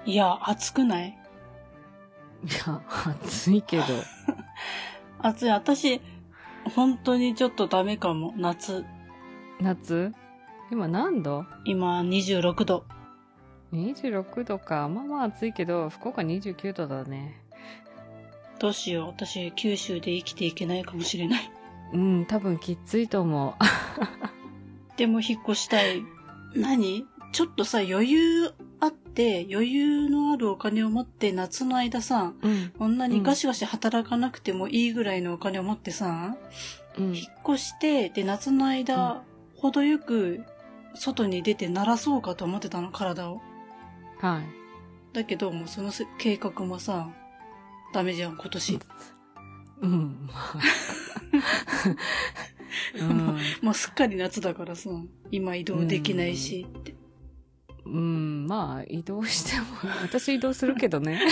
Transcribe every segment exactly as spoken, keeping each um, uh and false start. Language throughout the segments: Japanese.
いや、暑くない？ いや、暑いけど。 暑い。私、本当にちょっとダメかも。夏。 夏？今何度？ 今にじゅうろくど。 にじゅうろくどか。まあまあ暑いけど、福岡にじゅうきゅうどだね。 どうしよう。私、九州で生きていけないかもしれない。 うん、多分きついと思う。 でも引っ越したい。何？ちょっとさ、余裕あって、余裕のあるお金を持って夏の間さ、 うん、 こんなにガシガシ働かなくてもいいぐらいのお金を持ってさ、 うん、 引っ越して、で、夏の間、うん、程よく外に出て鳴らそうかと思ってたの、体を。 はい。 だけど、もうその計画もさ、ダメじゃん、今年。 うん、まあ。うん、 もうすっかり夏だからさ、今移動できないしって。 うん、うん、まあ移動しても、私移動するけどね。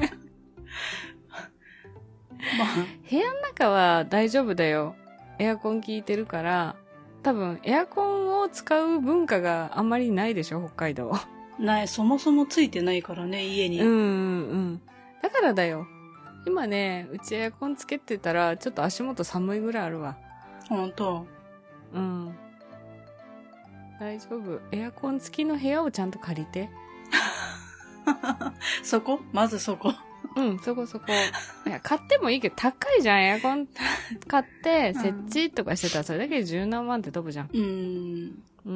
まあ、部屋の中は大丈夫だよ。エアコン効いてるから、多分エアコンを使う文化があんまりないでしょ、北海道。 ない、そもそもついてないからね、家に。 うんうんうん。だからだよ。今ね、うちエアコンつけてたら、ちょっと足元寒いぐらいあるわ。 ほんと。 うん。大丈夫。エアコン付きの部屋をちゃんと借りて。 そこ？まずそこ。 うん、そこそこ。いや、買ってもいいけど、高いじゃん。エアコン買って、設置とかしてたら、それだけで十何万って飛ぶじゃん。 うん。 うん。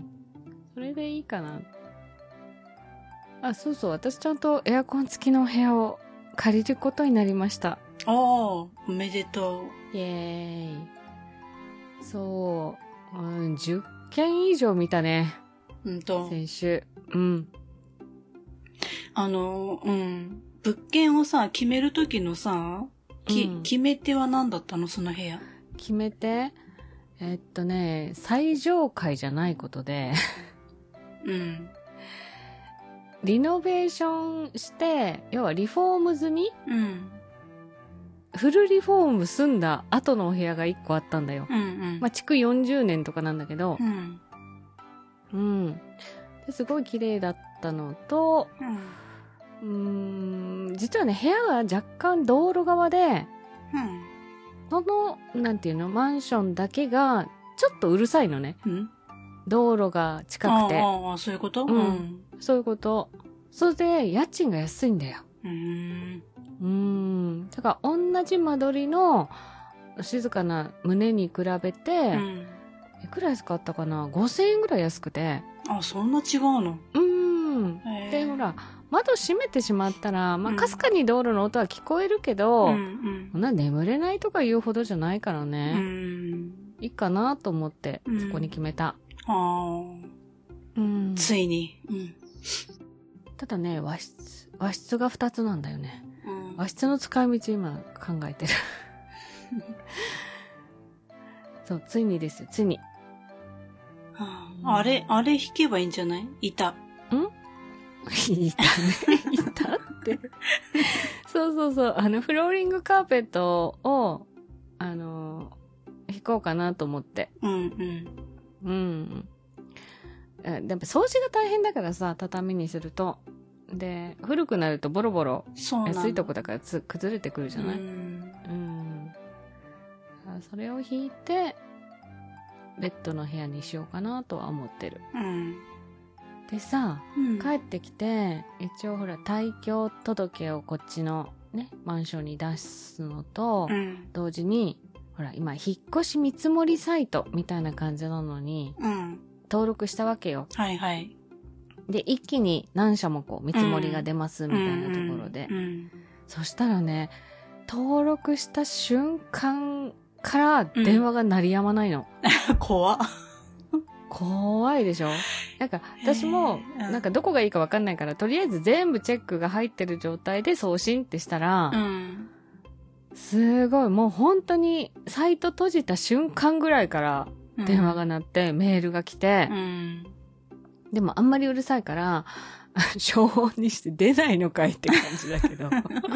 それでいいかな。あ、そうそう。私ちゃんとエアコン付きの部屋を借りることになりました。 ああ、おめでとう。イエーイ。そう、うん、じゅっけん以上見たね。 うんと。 先週。うん。 あの、うん。物件をさ、決めるときのさ、き、うん、決め手は何だったの、その部屋。 決め手？えっとね、最上階じゃないことで。 うん。 リノベーションして、要はリフォーム済み？ うん。フルリフォーム済んだ後のお部屋がいっこあったんだよ。 うんうん。 まあ、築よんじゅうねんとかなんだけど。 うん。 うん。ですごい綺麗だったのと、 うん、 うーん、実はね、部屋が若干道路側で、 うん、 その、なんていうの、マンションだけが、ちょっとうるさいのね。 うん、 道路が近くて。 ああ、そういうこと？ うん。うん、そういうこと。それで、家賃が安いんだよ。 うーん。 うーん。だから、同じ間取りの、静かな棟に比べて、うん、いくら安かったかな ?ごせんえんぐらい安くて。 あ、そんな違うの？ うーん。で、ほら、窓閉めてしまったら、まあ、かすかに道路の音は聞こえるけど、うんうん、そんな眠れないとか言うほどじゃないからね。うん、いいかなと思って、そこに決めた。 うん、ああ、うん。ついに。うん、 ただね、和室、和室がふたつなんだよね。うん、和室の使い道今考えてる。そう、ついにですよ、ついに。 はあ、あれ、あれ引けばいいんじゃない？板。ん？ いたね。いたって。そうそうそう。あの、フローリングカーペットを、あの、引こうかなと思って。 うんうん。 うん。やっぱ掃除が大変だからさ、畳にすると。で、古くなるとボロボロ、安いとこだからつ崩れてくるじゃない？うん。うん。それを引いて、ベッドの部屋にしようかなとは思ってる。うん。でさ、うん、帰ってきて、一応ほら、退去届をこっちのね、マンションに出すのと、うん、同時に、ほら、今、引っ越し見積もりサイトみたいな感じなのに、うん、登録したわけよ。 はいはい。 で、一気に何社もこう、見積もりが出ますみたいなところで。うんうんうん、そしたらね、登録した瞬間から電話が鳴りやまないの。 うん、怖っ。 怖いでしょ？なんか、私も、なんかどこがいいかわかんないから、とりあえず全部チェックが入ってる状態で送信ってしたら、うん、すごい、もう本当に、サイト閉じた瞬間ぐらいから電話が鳴って、うん、メールが来て、うん、でもあんまりうるさいから、消音にして出ないのかいって感じだけど。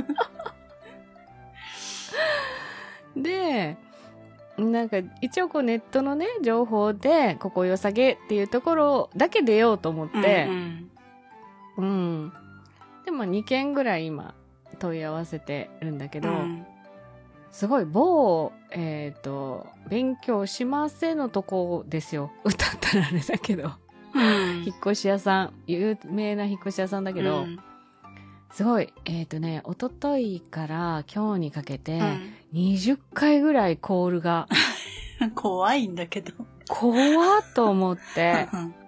で、なんか一応こうネットのね情報でここ良さげっていうところだけ出ようと思って、うん、うんうん、 でもにけんぐらい今問い合わせてるんだけど、 うん、 すごい某、えっと、勉強しませんのとこですよ。歌ったらあれだけど。 うん、 引っ越し屋さん、有名な引っ越し屋さんだけど、うん、すごい、えっとね、一昨日から今日にかけて、にじゅっかいぐらいコールが。 怖いんだけど。 怖っと思って、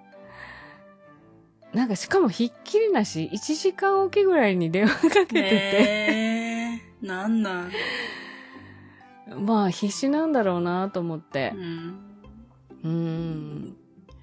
なんかしかもひっきりなし、いちじかんおきぐらいに電話かけてて。 えー、なんなん。 まあ必死なんだろうなと思って。 うん。 うーん。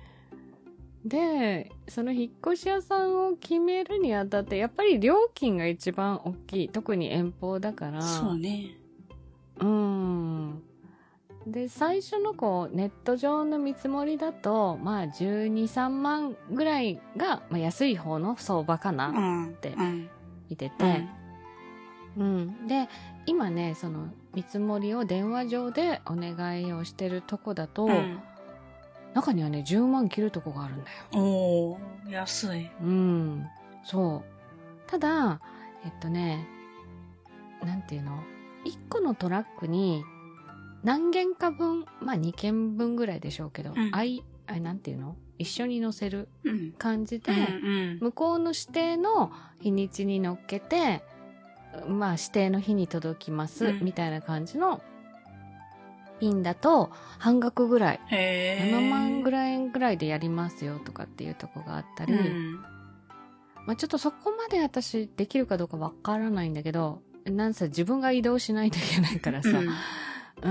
で、その引っ越し屋さんを決めるにあたって、やっぱり料金が一番大きい。特に遠方だから。 そうね。 うーん。で、最初のこう、ネット上の見積もりだと、まあ、じゅうに、さんまんぐらいが、まあ、安い方の相場かなって見てて、うん。うん、で、今ね、その、見積もりを電話上でお願いをしてるとこだと、うん、中にはね、じゅうまん切るとこがあるんだよ。 おー、安い。 うん。そう。ただ、えっとね、なんていうの？いっこのトラックに、何件か分、まあにけんぶんぐらいでしょうけど、うん、あい、あい、なんていうの？一緒に乗せる感じで、うんうん、向こうの指定の日にちに乗っけて、まあ指定の日に届きます、うん、みたいな感じの便だと半額ぐらい、ななまんぐらいぐらいでやりますよとかっていうとこがあったり、うん、まあちょっとそこまで私できるかどうかわからないんだけど、なんせ自分が移動しないといけないからさ、うんうん。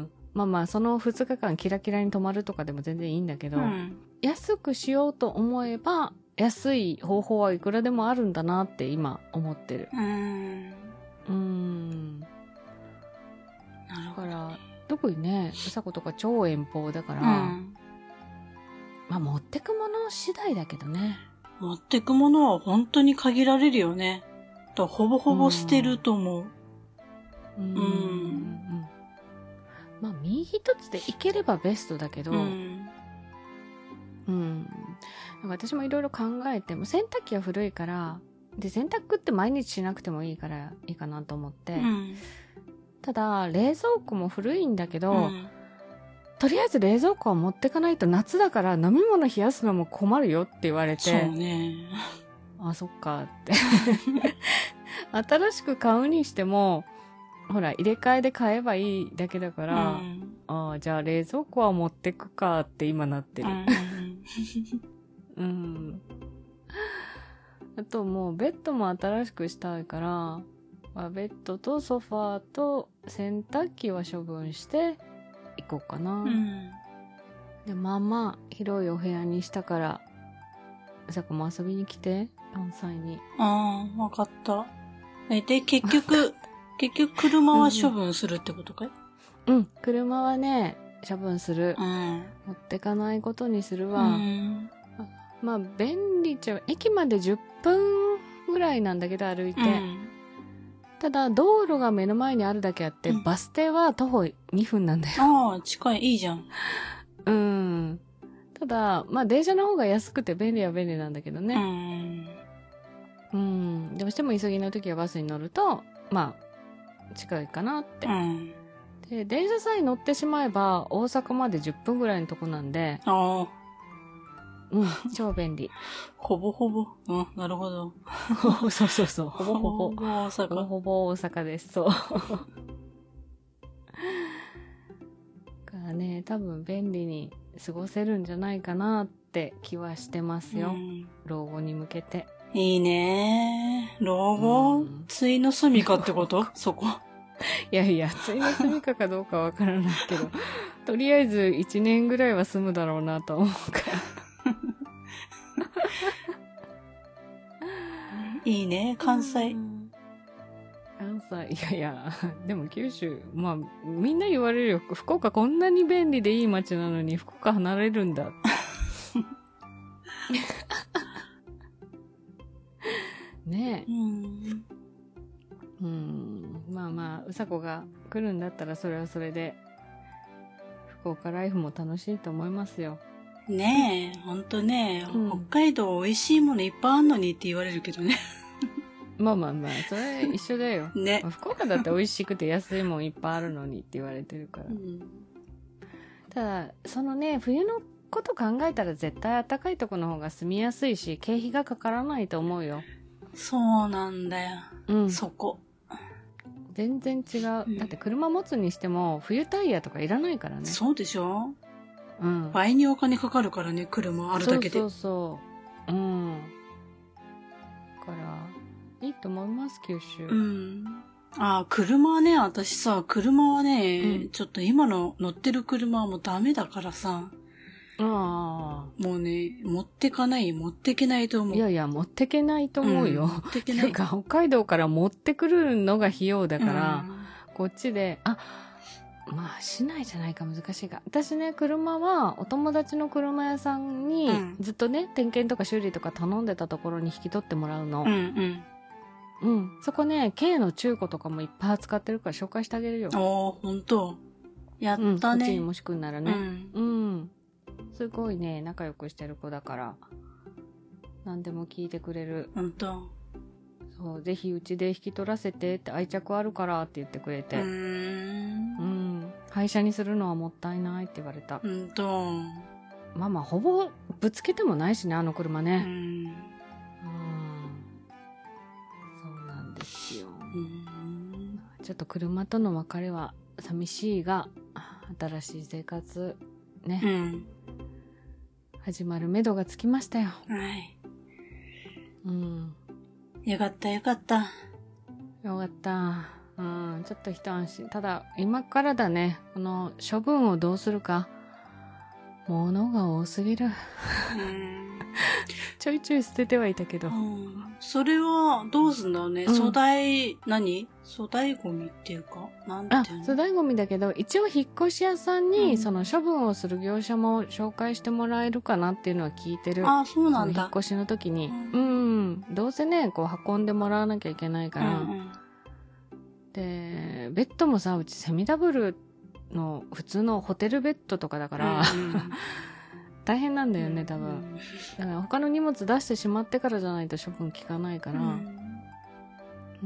まあまあ、そのふつかかんキラキラに泊まるとかでも全然いいんだけど、うん、安くしようと思えば、安い方法はいくらでもあるんだなって今思ってる。うーん。うーん。なるほど。だから、特にね、うさことか超遠方だから、うん、まあ持ってくもの次第だけどね。 持ってくものは本当に限られるよね。だほぼほぼ捨てると思う。うん。うんうんまあ、身一つでいければベストだけど、うん。うん。私もいろいろ考えても、洗濯機は古いから、で、洗濯って毎日しなくてもいいからいいかなと思って、うん、ただ、冷蔵庫も古いんだけど、うん、とりあえず冷蔵庫は持ってかないと夏だから飲み物冷やすのも困るよって言われて、そうね。 あ、そっかって。新しく買うにしても、ほら、入れ替えで買えばいいだけだから、うん、ああ、じゃあ冷蔵庫は持ってくかって今なってる。うん、うん。あともうベッドも新しくしたいから、まあ、ベッドとソファーと洗濯機は処分していこうかな。うん、で、まあまあ広いお部屋にしたから、うさこも遊びに来て、関西に。 ああ、わかった。え、で、結局、結局車は処分するってことかい？ うん、うん、車はね、処分する。うん、持ってかないことにするわ。うん、まあ、便利っちゃ、駅までじゅっぷんぐらいなんだけど、歩いて。うん、ただ、道路が目の前にあるだけあって、うん、バス停は徒歩にふんなんだよ。 ああ、近い、いいじゃん。 うん。ただ、まあ、電車の方が安くて便利は便利なんだけどね。うん。うん。どうしても急ぎの時はバスに乗ると、まあ、近いかなって、うん、で電車さえ乗ってしまえば大阪までじゅっぷんぐらいのとこなんで、あうん超便利。 ほぼほぼ、うん、なるほど。 そうそうそう、ほぼほぼほぼ大阪、 ほぼほぼ大阪です。そう。からね、多分便利に過ごせるんじゃないかなって気はしてますよ。うん、老後に向けて。 いいね。老後、うん、ついの住みかってことそこ。 いやいや、ついの住みかかどうかわからないけど、とりあえずいちねんぐらいは住むだろうなと思うから。 いいね、関西。 関西、いやいや、でも九州、まあ、みんな言われるよ。福岡こんなに便利でいい街なのに、福岡離れるんだ。ねえ。うん。うん。まあまあ、うさこが来るんだったらそれはそれで、福岡ライフも楽しいと思いますよ。 ねえ、ほんとね、うん、北海道美味しいものいっぱいあんのにって言われるけどね。 まあまあまあ、それ一緒だよ。 ね。 福岡だって美味しくて安いもんいっぱいあるのにって言われてるから。うん、ただ、そのね、冬のこと考えたら絶対暖かいとこの方が住みやすいし、経費がかからないと思うよ。 そうなんだよ。うん。そこ。 全然違う。だって車持つにしても冬タイヤとかいらないからね。 そうでしょ？ うん。 倍にお金かかるからね、車あるだけで。 そうそうそう。うん。だから、いいと思います、九州。 うん。ああ、車はね、私さ、車はね、うん、ちょっと今の乗ってる車はもうダメだからさ。 ああ。 もうね、持ってかない、持ってけないと思う。 いやいや、持ってけないと思うよ。うん、持ってけない。てか、北海道から持ってくるのが費用だから、うん、こっちで、あ、まあ、市内じゃないか難しいか。私ね、車はお友達の車屋さんに、ずっとね、うん、点検とか修理とか頼んでたところに引き取ってもらうの。 うんうんうん。そこね、軽の中古とかもいっぱい扱ってるから紹介してあげるよ。 おー、ほんと。やったね。うん、こっちにもしくんならね。うん。うん。すごいね、仲良くしてる子だから、何でも聞いてくれる。 ほんと。 そう、ぜひうちで引き取らせてって愛着あるからって言ってくれて。うーん。うん。廃車にするのはもったいないって言われた。 ほんと。 まあまあ、ほぼぶつけてもないしね、あの車ね。うん。うんですよ。うんちょっと車との別れは寂しいが、新しい生活ね、うん、始まる目処がつきましたよ。 はい。 うん。 よかったよかった。 よかった。うん、ちょっと一安心。ただ今からだね。この処分をどうするか。物が多すぎる。うんちょいちょい捨ててはいたけど。うん、 それはどうすんだろうね。うん、粗大、何粗大ゴミっていうかなんていうの？ あ、粗大ゴミだけど、一応引っ越し屋さんに、その処分をする業者も紹介してもらえるかなっていうのは聞いてる。 あ、そうなんだ。 引っ越しの時に。うん、うん。どうせね、こう運んでもらわなきゃいけないから。うんうん、で、ベッドもさ、うちセミダブルの普通のホテルベッドとかだから、うんうん大変なんだよね、多分。だから他の荷物出してしまってからじゃないと処分効かないから。うん。うん、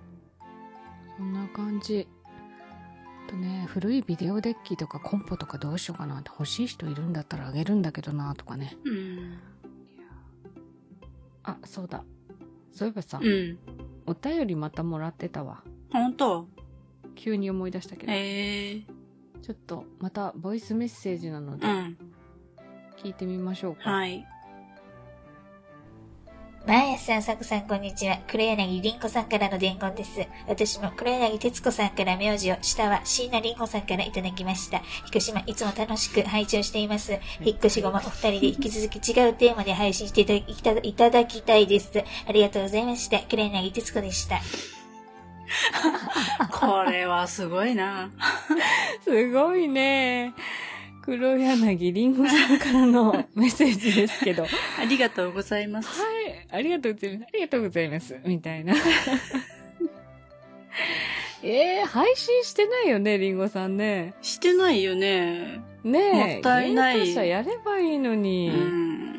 そんな感じ。あとね、古いビデオデッキとかコンポとかどうしようかなって欲しい人いるんだったらあげるんだけどなとかね。うん。あ、そうだ。そういえばさ、うん、お便りまたもらってたわ。 本当？ 急に思い出したけど。 へー。 ちょっとまたボイスメッセージなので。うん聞いてみましょうか。 はい。 まーやさん、さこさん、こんにちは。黒柳りんごさんからの伝言です。私も黒柳徹子さんから名字を、下は椎名林檎さんからいただきました。ひこしま、いつも楽しく拝聴しています。引っ越し後もお二人で引き続き違うテーマで配信していただきたいただきたいです。ありがとうございました。黒柳徹子でした。 これはすごいな。 すごいね。黒柳りんごさんからのメッセージですけど。 ありがとうございます。 はい。ありがとうございます。ありがとうございます。みたいな。えー、配信してないよね、りんごさんね。 してないよね。 ねえ。 もったいない。 ゲーム者やればいいのに。うん。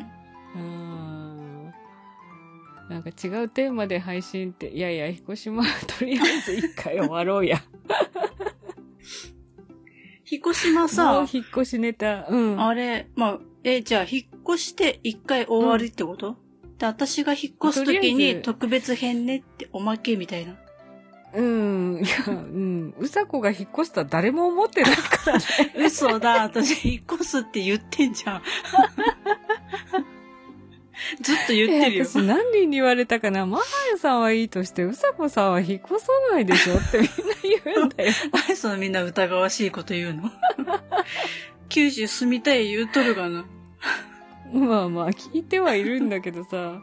うんなんか違うテーマで配信って、いやいや、彦島とりあえず一回終わろうや。 彦島さ、 もう引っ越しネタ。うん。 あれ、まあ、え、じゃあ、引っ越して一回終わりってこと、うん、で、私が引っ越すときに特別編ねっておまけみたいな。 うん。いや、うん。うさこが引っ越したら誰も思ってないからね。 嘘だ。私引っ越すって言ってんじゃん。ずっと言ってるよ。 私何人に言われたかな。マハヤさんはいいとして、うさこさんは引っ越さないでしょってみんな言うんだよ。 何そのみんな疑わしいこと言うの。九州住みたい言うとるがな。 まあまあ聞いてはいるんだけどさ。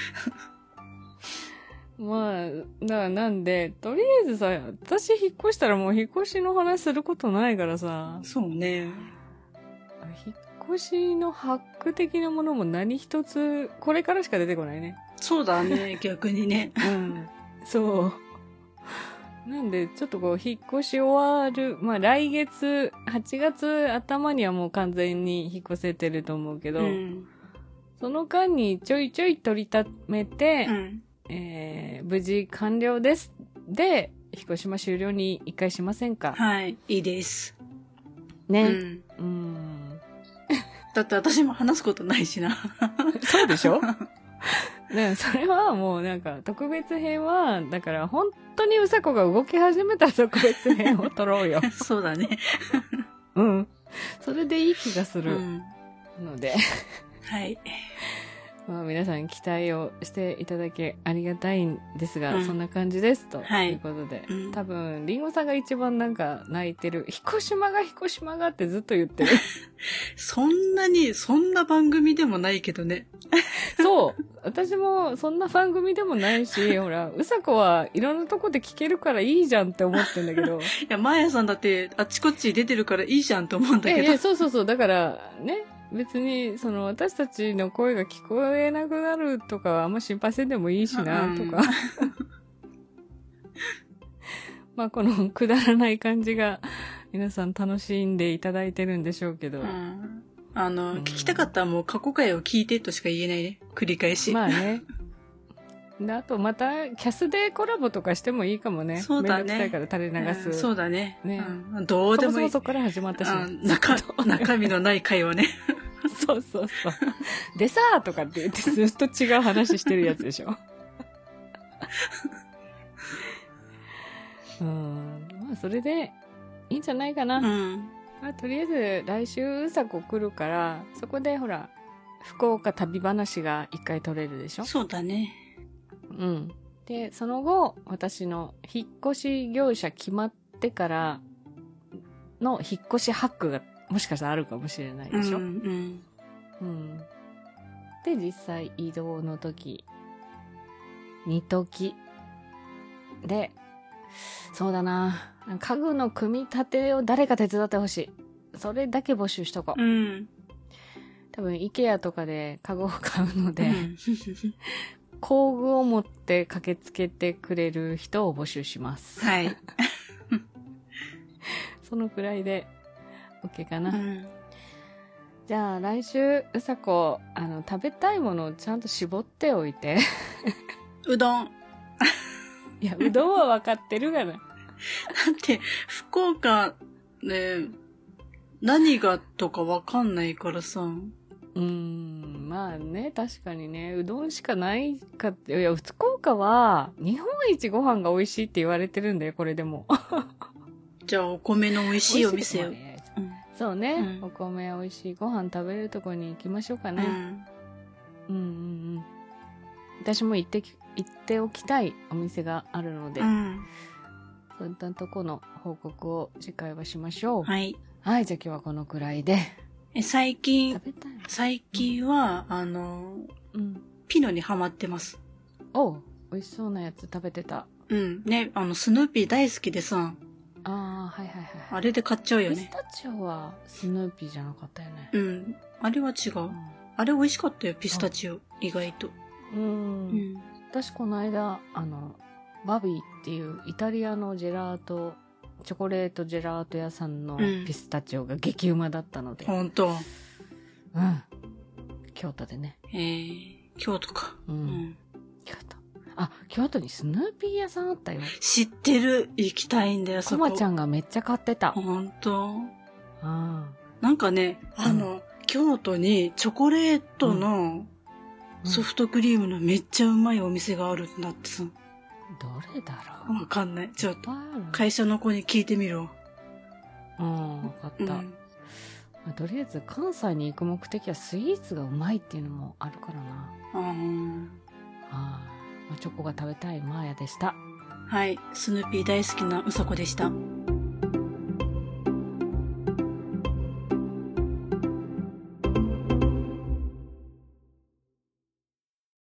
まあ、だからなんで、とりあえずさ、私引っ越したらもう引っ越しの話することないからさ。 そうね。 引っ越しのハック的なものも何一つ、これからしか出てこないね。 そうだね、逆にね。 うん。そう。なんで、ちょっとこう、引っ越し終わる、まあ来月、はちがつ頭にはもう完全に引っ越せてると思うけど、うん、その間にちょいちょい取りためて、うん、 えー、無事完了です。で、彦島終了に一回しませんか？ はい、いいです。 ね。 うん。 うん。 だって私も話すことないしな。 そうでしょ？ね、それはもうなんか特別編は、だから本当にうさこが動き始めたら特別編を撮ろうよ。 そうだね。 うん。それでいい気がするので。 うん、はい。 まあ皆さん期待をしていただけありがたいんですが、うん、そんな感じですということで、はい、多分リンゴさんが一番なんか泣いてる、彦島が彦島がってずっと言ってる。 そんなにそんな番組でもないけどね。 そう、私もそんな番組でもないし、ほらうさこはいろんなとこで聞けるからいいじゃんって思ってんだけど。いや、まやさんだってあっちこっち出てるからいいじゃんと思うんだけど。 いやいや、そうそうそう、だからね。別に、その、私たちの声が聞こえなくなるとかはあんま心配せんでもいいしな、とか。まあ、このくだらない感じが、皆さん楽しんでいただいてるんでしょうけど。うん、 あの、うん、聞きたかったらもう過去回を聞いてとしか言えないね。繰り返し。 まあね。で、あとまた、キャスでコラボとかしてもいいかもね。 そうだね。 めんどくさいから垂れ流す。 うん、そうだね。 ね、 うん。どうでもいい。 そもそもそこから始まったし、ね。 中、中身のない会話ね。 そうそうそう。でさーとかって言ってずっと違う話してるやつでしょ。うん。まあ、それでいいんじゃないかな。 うん。 まあ、とりあえず、来週うさこ来るから、そこでほら、福岡旅話が一回取れるでしょ？ そうだね。 うん。で、その後、私の引っ越し業者決まってからの引っ越しハックがもしかしたらあるかもしれないでしょ？うん、うん。うん。で、実際移動の時、二時で、そうだな、家具の組み立てを誰か手伝ってほしい。それだけ募集しとこう。うん。多分、イケアとかで家具を買うので、うん、工具を持って駆けつけてくれる人を募集します。 はい。 そのくらいで、OK かな。 うん、 じゃあ来週うさこあの食べたいものをちゃんと絞っておいて。 うどん。 いや、うどんは分かってるがな。だって福岡ね、何がとか分かんないからさ。うーん、まあね、確かにね、うどんしかないかって。いや、福岡は日本一ご飯が美味しいって言われてるんだよ、これでも。じゃあお米の美味しいお店を。 そうね、うん、お米美味しいご飯食べれるとこに行きましょうかね。うん、うんうんうん。私も行ってき行っておきたいお店があるので、うん、そういったとこの報告を次回はしましょう。 はい。 はい、じゃあ今日はこのくらいで。 え最近食べたい最近は、うん、あの、うん、ピノにハマってます。 おう、美味しそうなやつ食べてた。 うんね、あのスヌーピー大好きでさ。 ああ、はいはいはい。 あれで買っちゃうよね。 ピスタチオはスヌーピーじゃなかったよね。 うん。あれは違う。うん、あれ美味しかったよ、ピスタチオ。意外と。 うん。うん。私この間、あの、バビーっていうイタリアのジェラート、チョコレートジェラート屋さんのピスタチオが激うまだったので。 ほんと。 うん。京都でね。 へえ、京都か。 うん。うん、京都。あ、京都にスヌーピー屋さんあったよ。 知ってる。行きたいんだよ、そこ。 コマちゃんがめっちゃ買ってた。 ほんと。 うん。 なんかね、あの、うん、京都にチョコレートのソフトクリームのめっちゃうまいお店があるんだってさ。どれだろう？わかんない。ちょっと、会社の子に聞いてみろ。 うん、わかった。うん、まあ、とりあえず関西に行く目的はスイーツがうまいっていうのもあるからな。うん。ああ。チョコが食べたいマーヤでした。 はい、スヌーピー大好きなうさこでした。